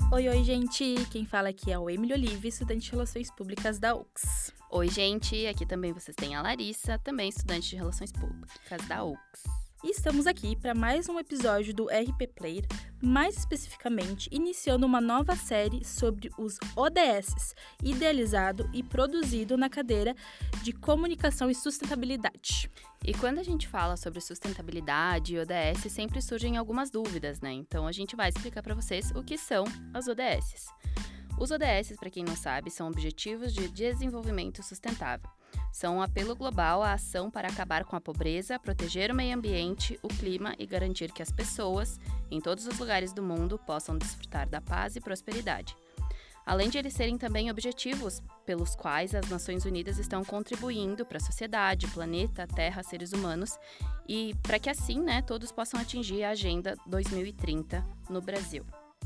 Oi, gente! Quem fala aqui é o Emily Olive, estudante de Relações Públicas da UX. Oi, gente! Aqui também vocês têm a Larissa, também estudante de Relações Públicas da UX. E estamos aqui para mais um episódio do RP Player, mais especificamente iniciando uma nova série sobre os ODSs, idealizado e produzido na cadeira de Comunicação e Sustentabilidade. E quando a gente fala sobre sustentabilidade e ODS, sempre surgem algumas dúvidas, né? Então a gente vai explicar para vocês o que são as ODSs. Os ODS, para quem não sabe, são Objetivos de Desenvolvimento Sustentável. São um apelo global à ação para acabar com a pobreza, proteger o meio ambiente, o clima e garantir que as pessoas, em todos os lugares do mundo, possam desfrutar da paz e prosperidade. Além de eles serem também objetivos pelos quais as Nações Unidas estão contribuindo para a sociedade, planeta, terra, seres humanos e para que assim, todos possam atingir a Agenda 2030 no Brasil.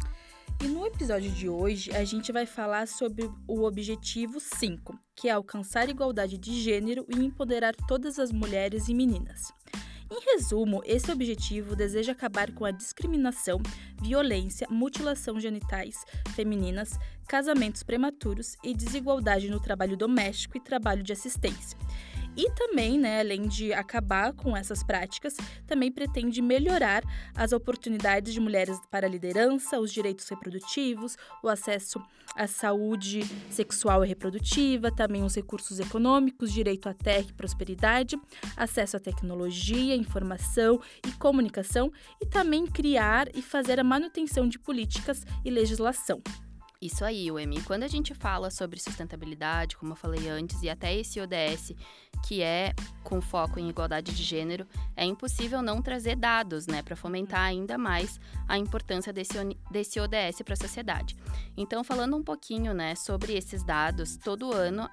E no episódio de hoje, a gente vai falar sobre o objetivo 5, que é alcançar igualdade de gênero e empoderar todas as mulheres e meninas. Em resumo, esse objetivo deseja acabar com a discriminação, violência, mutilação genitais femininas, casamentos prematuros e desigualdade no trabalho doméstico e trabalho de assistência. E também, além de acabar com essas práticas, também pretende melhorar as oportunidades de mulheres para a liderança, os direitos reprodutivos, o acesso à saúde sexual e reprodutiva, também os recursos econômicos, direito à terra e prosperidade, acesso à tecnologia, informação e comunicação, e também criar e fazer a manutenção de políticas e legislação. Isso aí, Emi. Quando a gente fala sobre sustentabilidade, como eu falei antes, e até esse ODS, que é com foco em igualdade de gênero, é impossível não trazer dados, para fomentar ainda mais a importância desse ODS para a sociedade. Então, falando um pouquinho, sobre esses dados, todo ano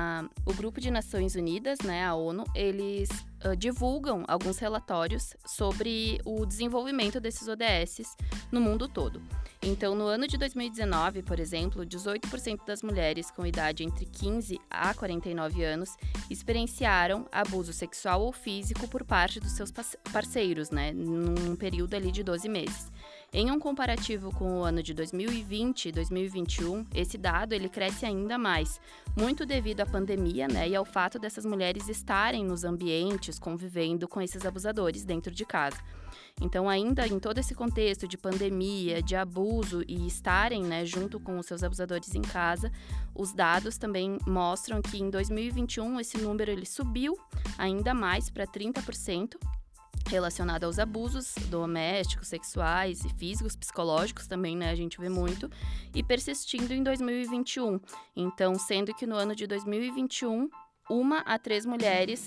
o Grupo de Nações Unidas, a ONU, eles divulgam alguns relatórios sobre o desenvolvimento desses ODSs no mundo todo. Então, no ano de 2019, por exemplo, 18% das mulheres com idade entre 15 a 49 anos experienciaram abuso sexual ou físico por parte dos seus parceiros, num período ali de 12 meses. Em um comparativo com o ano de 2020 e 2021, esse dado ele cresce ainda mais, muito devido à pandemia, e ao fato dessas mulheres estarem nos ambientes convivendo com esses abusadores dentro de casa. Então, ainda em todo esse contexto de pandemia, de abuso e estarem, junto com os seus abusadores em casa, os dados também mostram que em 2021 esse número ele subiu ainda mais para 30%. Relacionado aos abusos domésticos, sexuais e físicos, psicológicos também, a gente vê muito, e persistindo em 2021. Então, sendo que no ano de 2021, 1 a 3 mulheres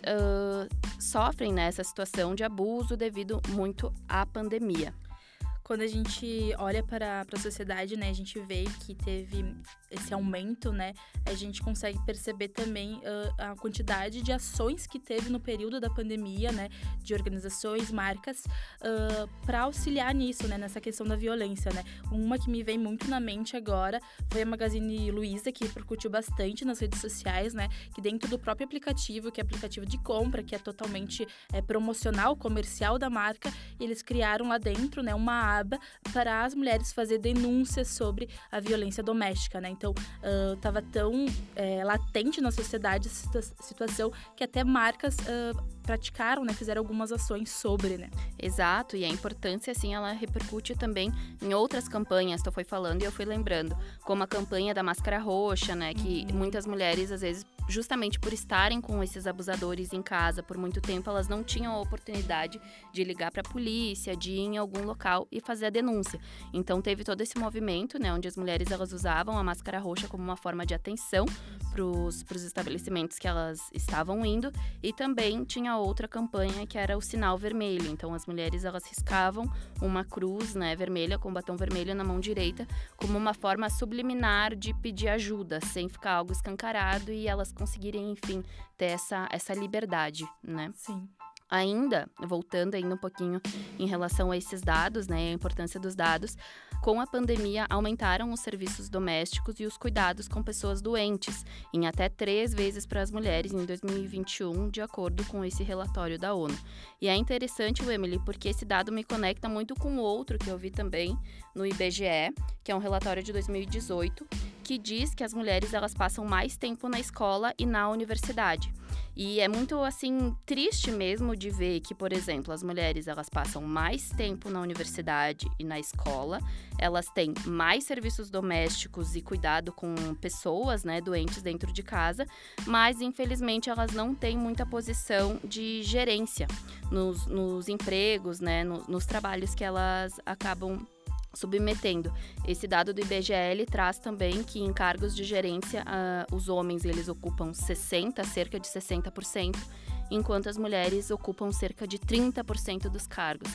sofrem essa situação de abuso devido muito à pandemia. Quando a gente olha para a sociedade, a gente vê que teve esse aumento, a gente consegue perceber também a quantidade de ações que teve no período da pandemia, de organizações, marcas, para auxiliar nisso, nessa questão da violência, Uma que me vem muito na mente agora foi a Magazine Luiza, que repercutiu bastante nas redes sociais, que dentro do próprio aplicativo, que é aplicativo de compra, que é totalmente promocional, comercial da marca, eles criaram lá dentro, uma aba para as mulheres fazer denúncias sobre a violência doméstica, Então, estava tão latente na sociedade essa situação que até marcas praticaram, fizeram algumas ações sobre, Exato, e a importância, assim, ela repercute também em outras campanhas, tu foi falando e eu fui lembrando, como a campanha da Máscara Roxa, que muitas mulheres, às vezes, justamente por estarem com esses abusadores em casa por muito tempo, elas não tinham a oportunidade de ligar para a polícia, de ir em algum local e fazer a denúncia. Então, teve todo esse movimento, onde as mulheres elas usavam a máscara roxa como uma forma de atenção para os estabelecimentos que elas estavam indo, e também tinha outra campanha que era o sinal vermelho. Então, as mulheres elas riscavam uma cruz, vermelha com batom vermelho na mão direita, como uma forma subliminar de pedir ajuda, sem ficar algo escancarado e elas conseguirem, enfim, ter essa liberdade, Sim. Ainda, voltando ainda um pouquinho em relação a esses dados, né, a importância dos dados, com a pandemia aumentaram os serviços domésticos e os cuidados com pessoas doentes, em até 3 vezes para as mulheres em 2021, de acordo com esse relatório da ONU. E é interessante, Emily, porque esse dado me conecta muito com outro que eu vi também no IBGE, que é um relatório de 2018, que diz que as mulheres elas passam mais tempo na escola e na universidade. E é muito, assim, triste mesmo de ver que, por exemplo, as mulheres, elas passam mais tempo na universidade e na escola, elas têm mais serviços domésticos e cuidado com pessoas, né, doentes dentro de casa, mas, infelizmente, elas não têm muita posição de gerência nos empregos, né, nos trabalhos que elas acabam submetendo. Esse dado do IBGE traz também que em cargos de gerência, os homens eles ocupam cerca de 60%, enquanto as mulheres ocupam cerca de 30% dos cargos.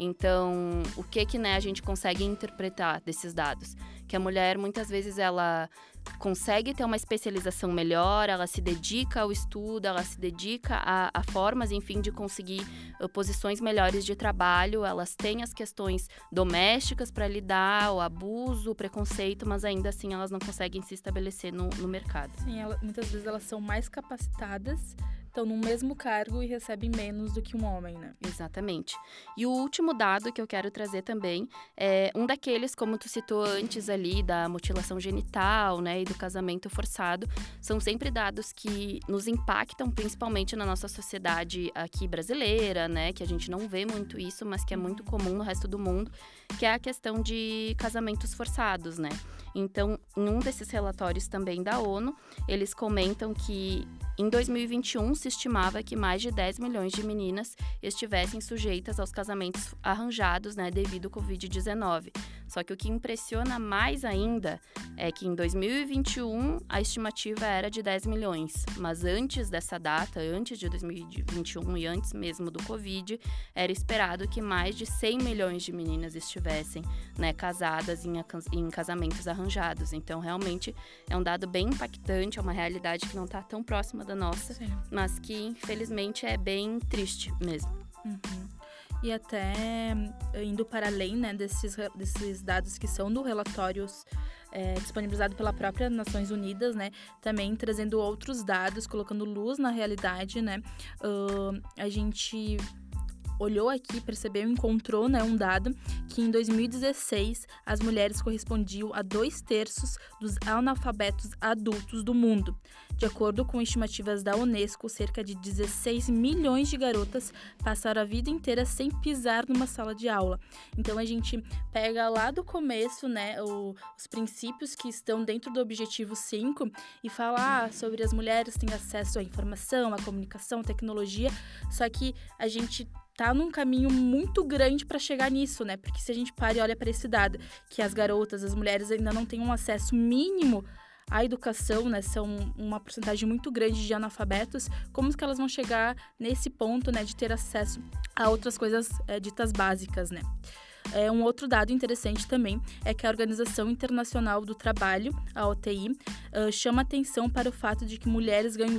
Então, o que né, a gente consegue interpretar desses dados? Que a mulher, muitas vezes, ela consegue ter uma especialização melhor, ela se dedica ao estudo, ela se dedica a formas, enfim, de conseguir posições melhores de trabalho, elas têm as questões domésticas para lidar, o abuso, o preconceito, mas ainda assim elas não conseguem se estabelecer no mercado. Sim, muitas vezes elas são mais capacitadas, estão no mesmo cargo e recebem menos do que um homem, né? Exatamente. E o último dado que eu quero trazer também é um daqueles, como tu citou antes ali, da mutilação genital, né, e do casamento forçado. São sempre dados que nos impactam, principalmente na nossa sociedade aqui brasileira, né, que a gente não vê muito isso, mas que é muito comum no resto do mundo, que é a questão de casamentos forçados, né? Então, em um desses relatórios também da ONU, eles comentam que em 2021 se estimava que mais de 10 milhões de meninas estivessem sujeitas aos casamentos arranjados, né, devido ao Covid-19. Só que o que impressiona mais ainda é que em 2021 a estimativa era de 10 milhões, mas antes dessa data, antes de 2021 e antes mesmo do Covid, era esperado que mais de 100 milhões de meninas estivessem, né, casadas em casamentos arranjados. Então, realmente, é um dado bem impactante, é uma realidade que não está tão próxima da nossa, Sim. mas que, infelizmente, é bem triste mesmo. Uhum. E até indo para além, né, desses dados que são do relatórios disponibilizado pela própria Nações Unidas, né, também trazendo outros dados, colocando luz na realidade, né, a gente olhou aqui, percebeu, encontrou, né, um dado que em 2016 as mulheres correspondiam a 2/3 dos analfabetos adultos do mundo. De acordo com estimativas da Unesco, cerca de 16 milhões de garotas passaram a vida inteira sem pisar numa sala de aula. Então a gente pega lá do começo, né, os princípios que estão dentro do Objetivo 5 e fala sobre as mulheres têm acesso à informação, à comunicação, à tecnologia, só que a gente tá num caminho muito grande para chegar nisso, né? Porque se a gente para e olha para esse dado, que as garotas, as mulheres ainda não têm um acesso mínimo à educação, né? São uma porcentagem muito grande de analfabetos, como que elas vão chegar nesse ponto, né? De ter acesso a outras coisas ditas básicas, né? Um outro dado interessante também é que a Organização Internacional do Trabalho, a OTI, chama atenção para o fato de que mulheres ganham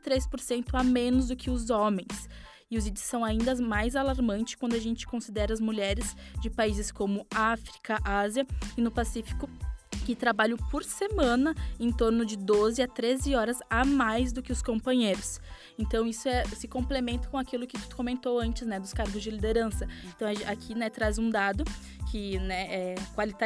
23% a menos do que os homens. E os índices são ainda mais alarmantes quando a gente considera as mulheres de países como África, Ásia e no Pacífico, que trabalham por semana em torno de 12 a 13 horas a mais do que os companheiros. Então, isso se complementa com aquilo que tu comentou antes, né, dos cargos de liderança. Então, aqui, né, traz um dado que, né,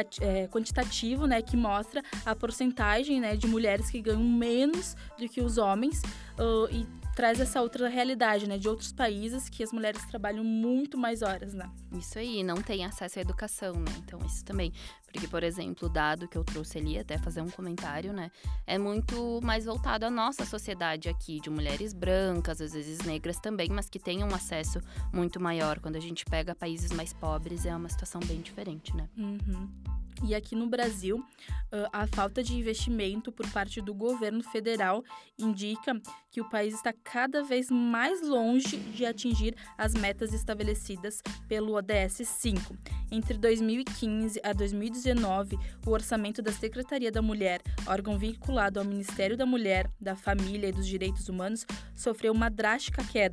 é quantitativo, né, que mostra a porcentagem, né, de mulheres que ganham menos do que os homens e traz essa outra realidade, né, de outros países que as mulheres trabalham muito mais horas, né? Isso aí, não tem acesso à educação, né? Então, isso também. Porque, por exemplo, o dado que eu trouxe ali, até fazer um comentário, né? É muito mais voltado à nossa sociedade aqui, de mulheres brancas, às vezes negras também, mas que tenham um acesso muito maior. Quando a gente pega países mais pobres, é uma situação bem diferente, né? Uhum. E aqui no Brasil, a falta de investimento por parte do governo federal indica que o país está cada vez mais longe de atingir as metas estabelecidas pelo ODS 5. Entre 2015 a 2019, o orçamento da Secretaria da Mulher, órgão vinculado ao Ministério da Mulher, da Família e dos Direitos Humanos, sofreu uma drástica queda.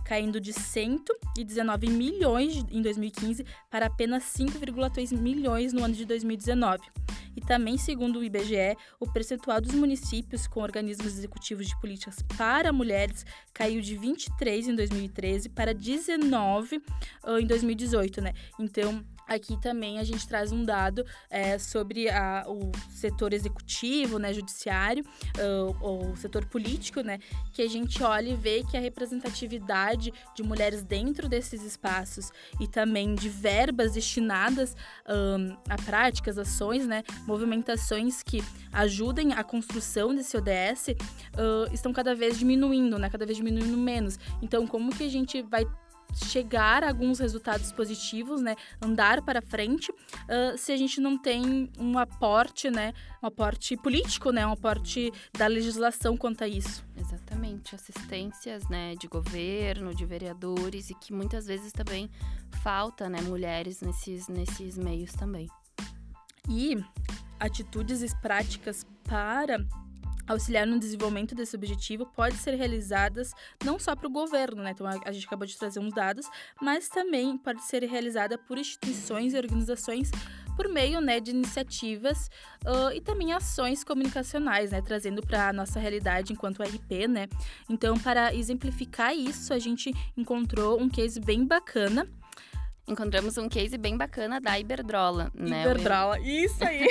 caindo de 119 milhões em 2015 para apenas 5,3 milhões no ano de 2019. E também, segundo o IBGE, o percentual dos municípios com organismos executivos de políticas para mulheres caiu de 23 em 2013 para 19 em 2018, né? Então, aqui também a gente traz um dado sobre o setor executivo, né, judiciário, o setor político, né, que a gente olha e vê que a representatividade de mulheres dentro desses espaços e também de verbas destinadas a práticas, ações, né, movimentações que ajudem a construção desse ODS estão cada vez diminuindo, né, cada vez diminuindo menos. Então, como que a gente vai chegar a alguns resultados positivos, né, andar para frente, se a gente não tem um aporte, né, um aporte político, né, um aporte da legislação quanto a isso. Exatamente, assistências, né, de governo, de vereadores, e que muitas vezes também falta, né, mulheres nesses meios também. E atitudes e práticas para auxiliar no desenvolvimento desse objetivo pode ser realizadas não só para o governo, né? Então, a gente acabou de trazer uns dados, mas também pode ser realizada por instituições e organizações por meio, né, de iniciativas e também ações comunicacionais, né, trazendo para a nossa realidade enquanto RP, né? Então, para exemplificar isso, a gente encontrou um case bem bacana. Encontramos um case bem bacana da Iberdrola, né? Iberdrola, isso aí!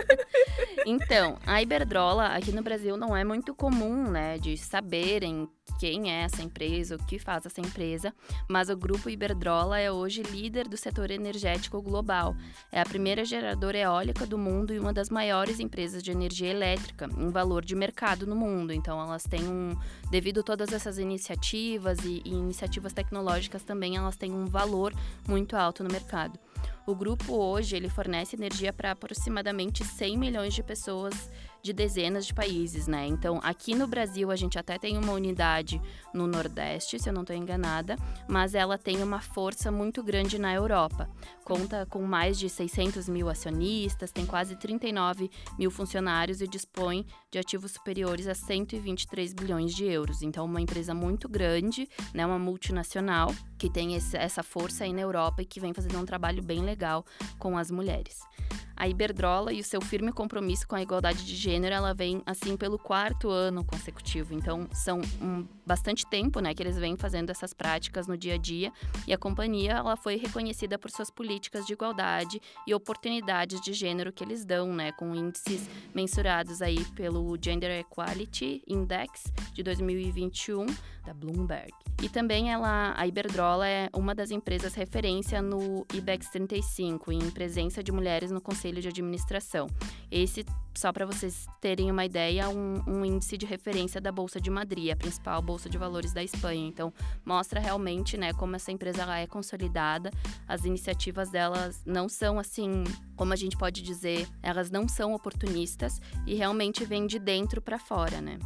Então, a Iberdrola aqui no Brasil não é muito comum, né, de saberem quem é essa empresa, o que faz essa empresa, mas o grupo Iberdrola é hoje líder do setor energético global. É a primeira geradora eólica do mundo e uma das maiores empresas de energia elétrica, em valor de mercado no mundo. Então, elas têm devido a todas essas iniciativas e iniciativas tecnológicas também, elas têm um valor muito alto no mercado. O grupo hoje, ele fornece energia para aproximadamente 100 milhões de pessoas de dezenas de países, né? Então, aqui no Brasil, a gente até tem uma unidade no Nordeste, se eu não estou enganada, mas ela tem uma força muito grande na Europa. Conta com mais de 600 mil acionistas, tem quase 39 mil funcionários e dispõe de ativos superiores a 123 bilhões de euros. Então, uma empresa muito grande, né? Uma multinacional que tem essa força aí na Europa e que vem fazendo um trabalho bem legal com as mulheres. A Iberdrola e o seu firme compromisso com a igualdade de gênero, ela vem, assim, pelo 4º ano consecutivo. Então, são bastante tempo, né, que eles vêm fazendo essas práticas no dia a dia. E a companhia, ela foi reconhecida por suas políticas de igualdade e oportunidades de gênero que eles dão, né, com índices mensurados aí pelo Gender Equality Index de 2021, da Bloomberg. E também a Iberdrola é uma das empresas referência no IBEX 35, em presença de mulheres no Conselho de Administração. Esse, só para vocês terem uma ideia, é um índice de referência da Bolsa de Madrid, a principal bolsa de valores da Espanha. Então, mostra realmente, né, como essa empresa ela é consolidada. As iniciativas delas não são, assim, como a gente pode dizer, elas não são oportunistas e realmente vêm de dentro para fora, né?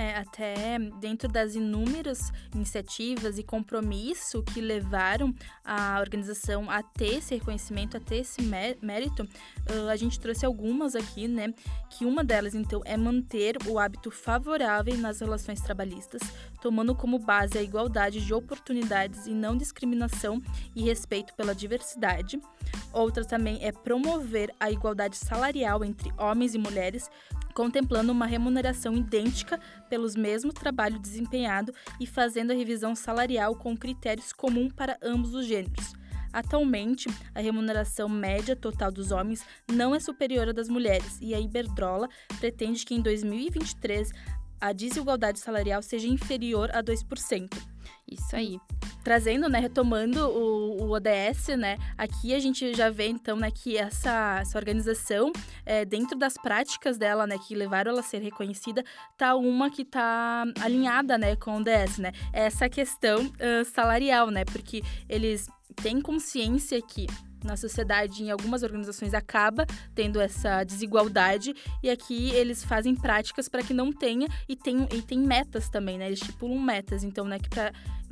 Até dentro das inúmeras iniciativas e compromisso que levaram a organização a ter esse reconhecimento, a ter esse mérito, a gente trouxe algumas aqui, né? Que uma delas, então, é manter o hábito favorável nas relações trabalhistas, tomando como base a igualdade de oportunidades e não discriminação e respeito pela diversidade. Outra também é promover a igualdade salarial entre homens e mulheres, contemplando uma remuneração idêntica pelos mesmos trabalho desempenhado e fazendo a revisão salarial com critérios comuns para ambos os gêneros. Atualmente, a remuneração média total dos homens não é superior à das mulheres e a Iberdrola pretende que em 2023 a desigualdade salarial seja inferior a 2%. Isso aí. Trazendo, né, retomando o ODS, né, aqui a gente já vê, então, né, que essa organização, dentro das práticas dela, né, que levaram ela a ser reconhecida, tá uma que tá alinhada, né, com o ODS, né, essa questão salarial, né, porque eles têm consciência que na sociedade, em algumas organizações, acaba tendo essa desigualdade, e aqui eles fazem práticas para que não tenha, e tem metas também, né? Eles estipulam metas, então, né, que para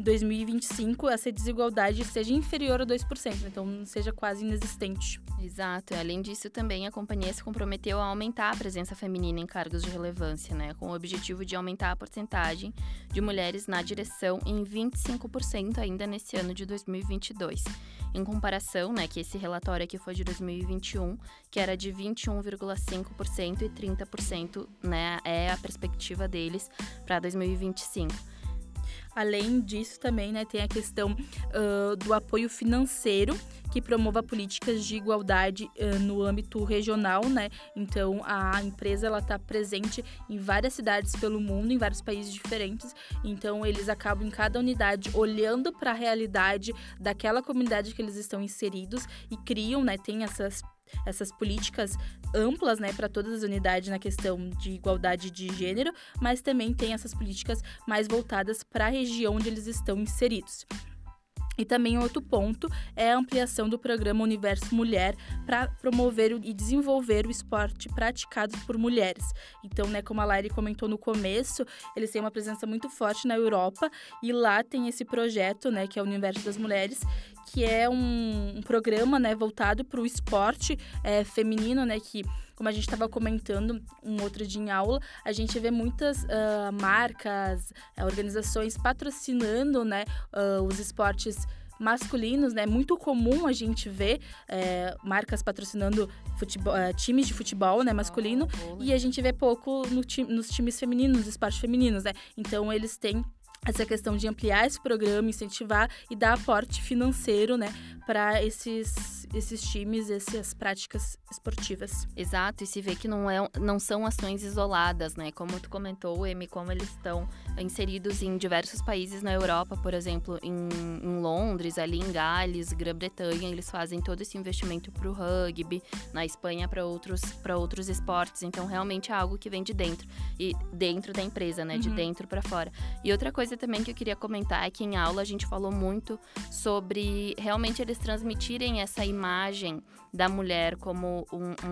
2025 essa desigualdade seja inferior a 2%, então não seja quase inexistente. Exato. Além disso, também a companhia se comprometeu a aumentar a presença feminina em cargos de relevância, né? Com o objetivo de aumentar a porcentagem de mulheres na direção em 25% ainda nesse ano de 2022. Em comparação, né, que esse relatório aqui foi de 2021, que era de 21,5% e 30%, né, é a perspectiva deles para 2025. Além disso, também, né, tem a questão do apoio financeiro, que promova políticas de igualdade no âmbito regional, né? Então, a empresa ela está presente em várias cidades pelo mundo, em vários países diferentes. Então, eles acabam em cada unidade olhando para a realidade daquela comunidade que eles estão inseridos e criam, né? Tem essas políticas amplas, né, para todas as unidades na questão de igualdade de gênero, mas também tem essas políticas mais voltadas para a região onde eles estão inseridos. E também outro ponto é a ampliação do programa Universo Mulher para promover e desenvolver o esporte praticado por mulheres. Então, né, como a Lari comentou no começo, eles têm uma presença muito forte na Europa e lá tem esse projeto, né, que é o Universo das Mulheres, que é um programa, né, voltado para o esporte feminino, né, que, como a gente estava comentando um outro dia em aula, a gente vê muitas marcas, organizações patrocinando, né, os esportes masculinos, né? Muito comum a gente ver marcas patrocinando times de futebol, né, masculino, e a gente vê pouco nos times femininos, nos esportes femininos, né? Então, eles têm essa questão de ampliar esse programa, incentivar e dar aporte financeiro, né, para esses times, essas práticas esportivas. Exato, e se vê que não são ações isoladas, né? Como tu comentou, Emi, como eles estão inseridos em diversos países na Europa, por exemplo, em Londres, ali em Gales, Grã-Bretanha, eles fazem todo esse investimento para o rugby, na Espanha para outros esportes, então realmente é algo que vem de dentro, e dentro da empresa, né? De dentro para fora. E outra coisa também que eu queria comentar é que em aula a gente falou muito sobre realmente eles transmitirem essa imagem da mulher como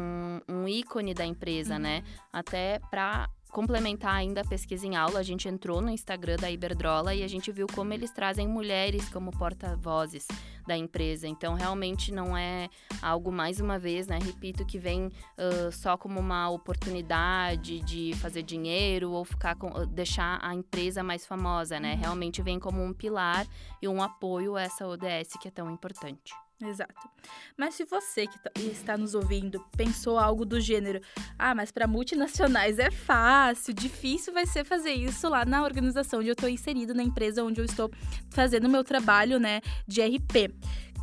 um ícone da empresa, né? Até para complementar ainda a pesquisa em aula, a gente entrou no Instagram da Iberdrola e a gente viu como eles trazem mulheres como porta-vozes da empresa. Então, realmente não é algo, mais uma vez, né, repito, que vem só como uma oportunidade de fazer dinheiro ou deixar a empresa mais famosa, né? Realmente vem como um pilar e um apoio a essa ODS que é tão importante. Exato. Mas se você que está nos ouvindo pensou algo do gênero, mas para multinacionais é fácil, difícil vai ser fazer isso lá na organização onde eu estou inserido, na empresa onde eu estou fazendo o meu trabalho, né, de RP.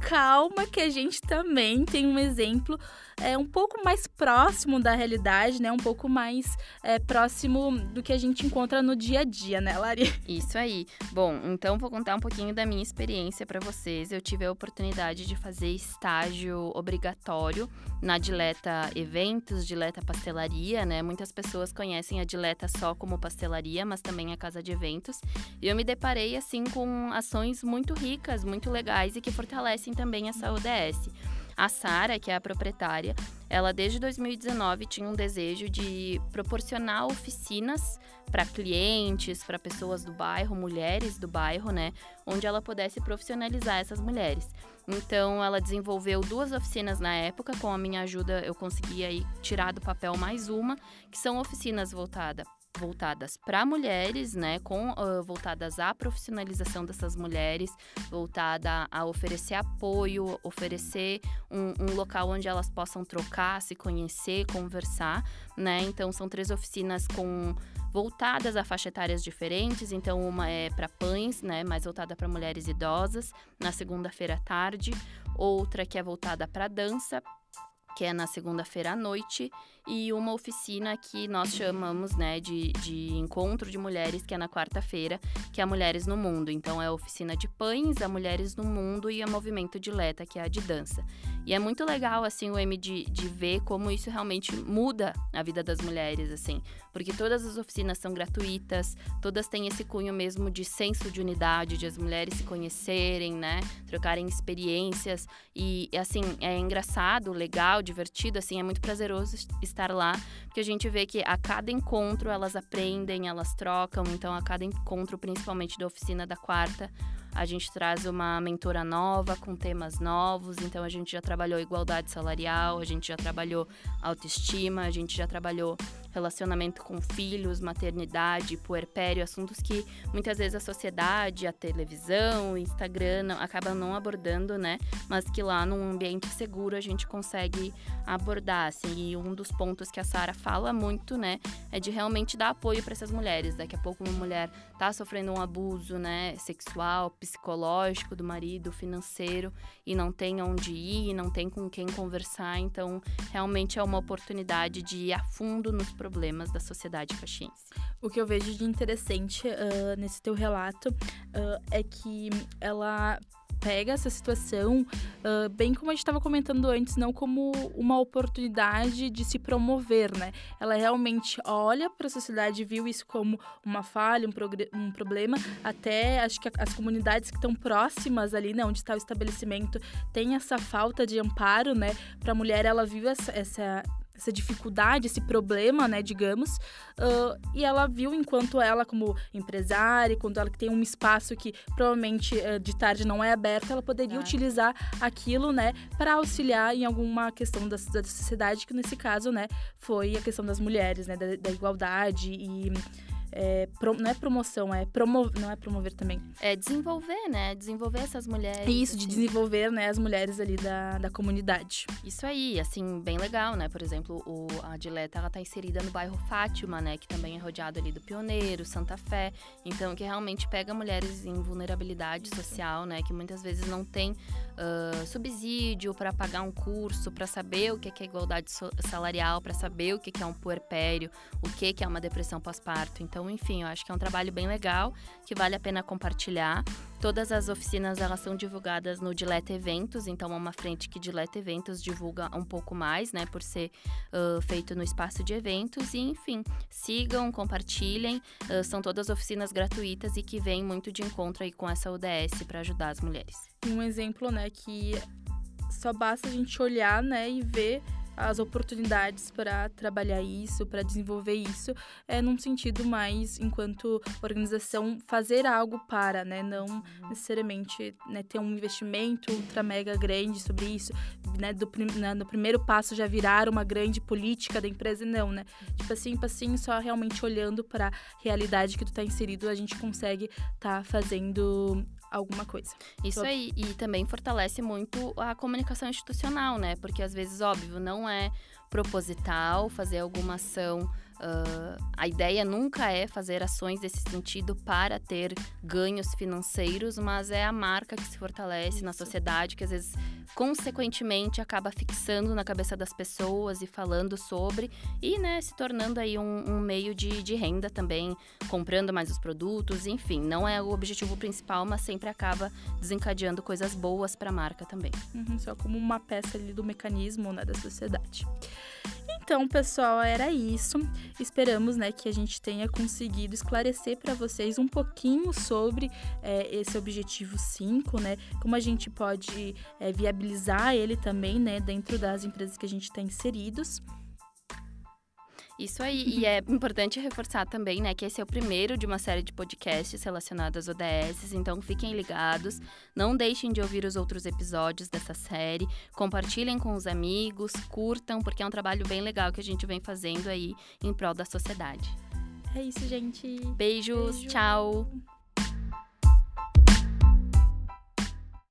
Calma que a gente também tem um exemplo um pouco mais próximo da realidade, né? Um pouco mais próximo do que a gente encontra no dia a dia, né, Lari? Isso aí. Bom, então vou contar um pouquinho da minha experiência para vocês. Eu tive a oportunidade de fazer estágio obrigatório na Dileta Eventos, Dileta Pastelaria, né? Muitas pessoas conhecem a Dileta só como pastelaria, mas também a casa de eventos. E eu me deparei, assim, com ações muito ricas, muito legais e que fortalecem também essa ODS. A Sara, que é a proprietária, ela desde 2019 tinha um desejo de proporcionar oficinas para clientes, para pessoas do bairro, mulheres do bairro, né? Onde ela pudesse profissionalizar essas mulheres. Então, ela desenvolveu 2 oficinas na época. Com a minha ajuda, eu consegui aí tirar do papel mais uma, que são oficinas voltadas para mulheres, né, voltadas à profissionalização dessas mulheres, voltada a oferecer apoio, oferecer um local onde elas possam trocar, se conhecer, conversar, né? Então, são 3 oficinas voltadas a faixa etárias diferentes. Então, uma é para pães, né, mais voltada para mulheres idosas, na segunda-feira à tarde. Outra que é voltada para dança, que é na segunda-feira à noite, e uma oficina que nós chamamos, né, de encontro de mulheres, que é na quarta-feira, que é a Mulheres no Mundo. Então, é a oficina de pães, a Mulheres no Mundo e a Movimento Dileta, que é a de dança. E é muito legal, assim, o M de ver como isso realmente muda a vida das mulheres, assim. Porque todas as oficinas são gratuitas, todas têm esse cunho mesmo de senso de unidade, de as mulheres se conhecerem, né? Trocarem experiências. E, assim, é engraçado, legal, divertido, assim, é muito prazeroso estar lá. Porque a gente vê que a cada encontro elas aprendem, elas trocam. Então, a cada encontro, principalmente da oficina da quarta, a gente traz uma mentora nova, com temas novos. Então, a gente já trabalhou igualdade salarial, a gente já trabalhou autoestima, a gente já trabalhou relacionamento com filhos, maternidade, puerpério, assuntos que muitas vezes a sociedade, a televisão, o Instagram acabam não abordando, né? Mas que lá num ambiente seguro a gente consegue abordar, assim. E um dos pontos que a Sara fala muito, né, é de realmente dar apoio para essas mulheres. Daqui a pouco uma mulher tá sofrendo um abuso, né, sexual, psicológico do marido, financeiro, e não tem onde ir, não tem com quem conversar. Então, realmente é uma oportunidade de ir a fundo nos problemas da sociedade caxiense. O que eu vejo de interessante nesse teu relato é que ela pega essa situação, bem como a gente estava comentando antes, não como uma oportunidade de se promover, né? Ela realmente olha para a sociedade, viu isso como uma falha, um problema. Até acho que as comunidades que estão próximas ali, né, onde está o estabelecimento, tem essa falta de amparo, né? Para a mulher, ela viu essa dificuldade, esse problema, né, digamos, e ela viu enquanto ela, como empresária, enquanto ela que tem um espaço que provavelmente de tarde não é aberto, ela poderia utilizar aquilo, né, para auxiliar em alguma questão da sociedade, que nesse caso, né, foi a questão das mulheres, né, da igualdade e... não é promoção, não é promover também. É desenvolver, né? Desenvolver essas mulheres. Isso, assim. de desenvolver, né, as mulheres ali da comunidade. Isso aí, assim, bem legal, né? Por exemplo, a Dileta, ela tá inserida no bairro Fátima, né? Que também é rodeado ali do Pioneiro, Santa Fé. Então, que realmente pega mulheres em vulnerabilidade social, né? Que muitas vezes não tem subsídio para pagar um curso, para saber o que é igualdade salarial, para saber o que é um puerpério, o que é uma depressão pós-parto. Então, enfim, eu acho que é um trabalho bem legal, que vale a pena compartilhar. Todas as oficinas, elas são divulgadas no Dileta Eventos, então é uma frente que Dileta Eventos divulga um pouco mais, né, por ser feito no espaço de eventos. E, enfim, sigam, compartilhem, são todas oficinas gratuitas e que vêm muito de encontro aí com essa ODS para ajudar as mulheres. Um exemplo, né, que só basta a gente olhar, né, e ver as oportunidades para trabalhar isso, para desenvolver isso, num sentido mais, enquanto organização, fazer algo para, né, não necessariamente, né, ter um investimento ultra mega grande sobre isso, né, no primeiro passo já virar uma grande política da empresa, não, né, de passinho, só realmente olhando para a realidade que tu tá inserido, a gente consegue tá fazendo alguma coisa. Isso aí, e também fortalece muito a comunicação institucional, né? Porque às vezes, óbvio, não é proposital fazer alguma ação. A ideia nunca é fazer ações desse sentido para ter ganhos financeiros, mas é a marca que se fortalece na sociedade, que às vezes, consequentemente, acaba fixando na cabeça das pessoas e falando sobre, e, né, se tornando aí um meio de renda também, comprando mais os produtos, enfim, não é o objetivo principal, mas sempre acaba desencadeando coisas boas para a marca também. Só como uma peça ali do mecanismo, né, da sociedade. Então, pessoal, era isso. Esperamos, né, que a gente tenha conseguido esclarecer para vocês um pouquinho sobre esse objetivo 5, né? Como a gente pode viabilizar ele também, né, dentro das empresas que a gente está inseridos. Isso aí, e é importante reforçar também, né, que esse é o primeiro de uma série de podcasts relacionados às ODS, então fiquem ligados, não deixem de ouvir os outros episódios dessa série, compartilhem com os amigos, curtam, porque é um trabalho bem legal que a gente vem fazendo aí em prol da sociedade. É isso, gente. Beijos, tchau!